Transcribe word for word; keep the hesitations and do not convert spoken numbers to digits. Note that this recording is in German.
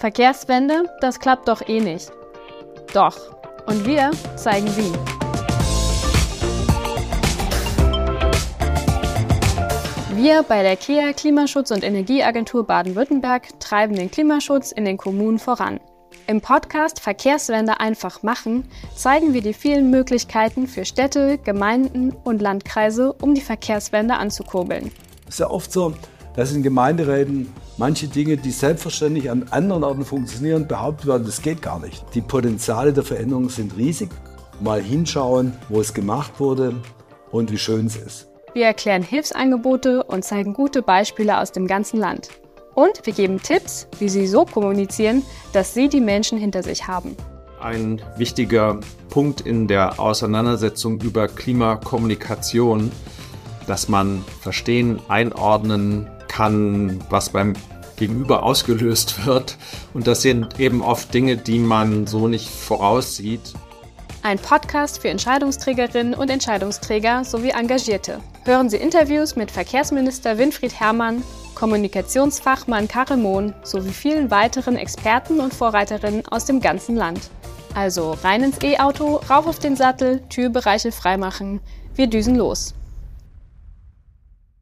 Verkehrswende, das klappt doch eh nicht. Doch. Und wir zeigen wie. Wir bei der K E A Klimaschutz- und Energieagentur Baden-Württemberg treiben den Klimaschutz in den Kommunen voran. Im Podcast Verkehrswende einfach machen zeigen wir die vielen Möglichkeiten für Städte, Gemeinden und Landkreise, um die Verkehrswende anzukurbeln. Es ist ja oft so, dass in Gemeinderäten manche Dinge, die selbstverständlich an anderen Orten funktionieren, behauptet werden, das geht gar nicht. Die Potenziale der Veränderung sind riesig. Mal hinschauen, wo es gemacht wurde und wie schön es ist. Wir erklären Hilfsangebote und zeigen gute Beispiele aus dem ganzen Land. Und wir geben Tipps, wie Sie so kommunizieren, dass Sie die Menschen hinter sich haben. Ein wichtiger Punkt in der Auseinandersetzung über Klimakommunikation, dass man verstehen, einordnen kann, was beim Gegenüber ausgelöst wird. Und das sind eben oft Dinge, die man so nicht voraussieht. Ein Podcast für Entscheidungsträgerinnen und Entscheidungsträger sowie Engagierte. Hören Sie Interviews mit Verkehrsminister Winfried Herrmann, Kommunikationsfachmann Karin Mohn sowie vielen weiteren Experten und Vorreiterinnen aus dem ganzen Land. Also rein ins E-Auto, rauf auf den Sattel, Türbereiche freimachen. Wir düsen los.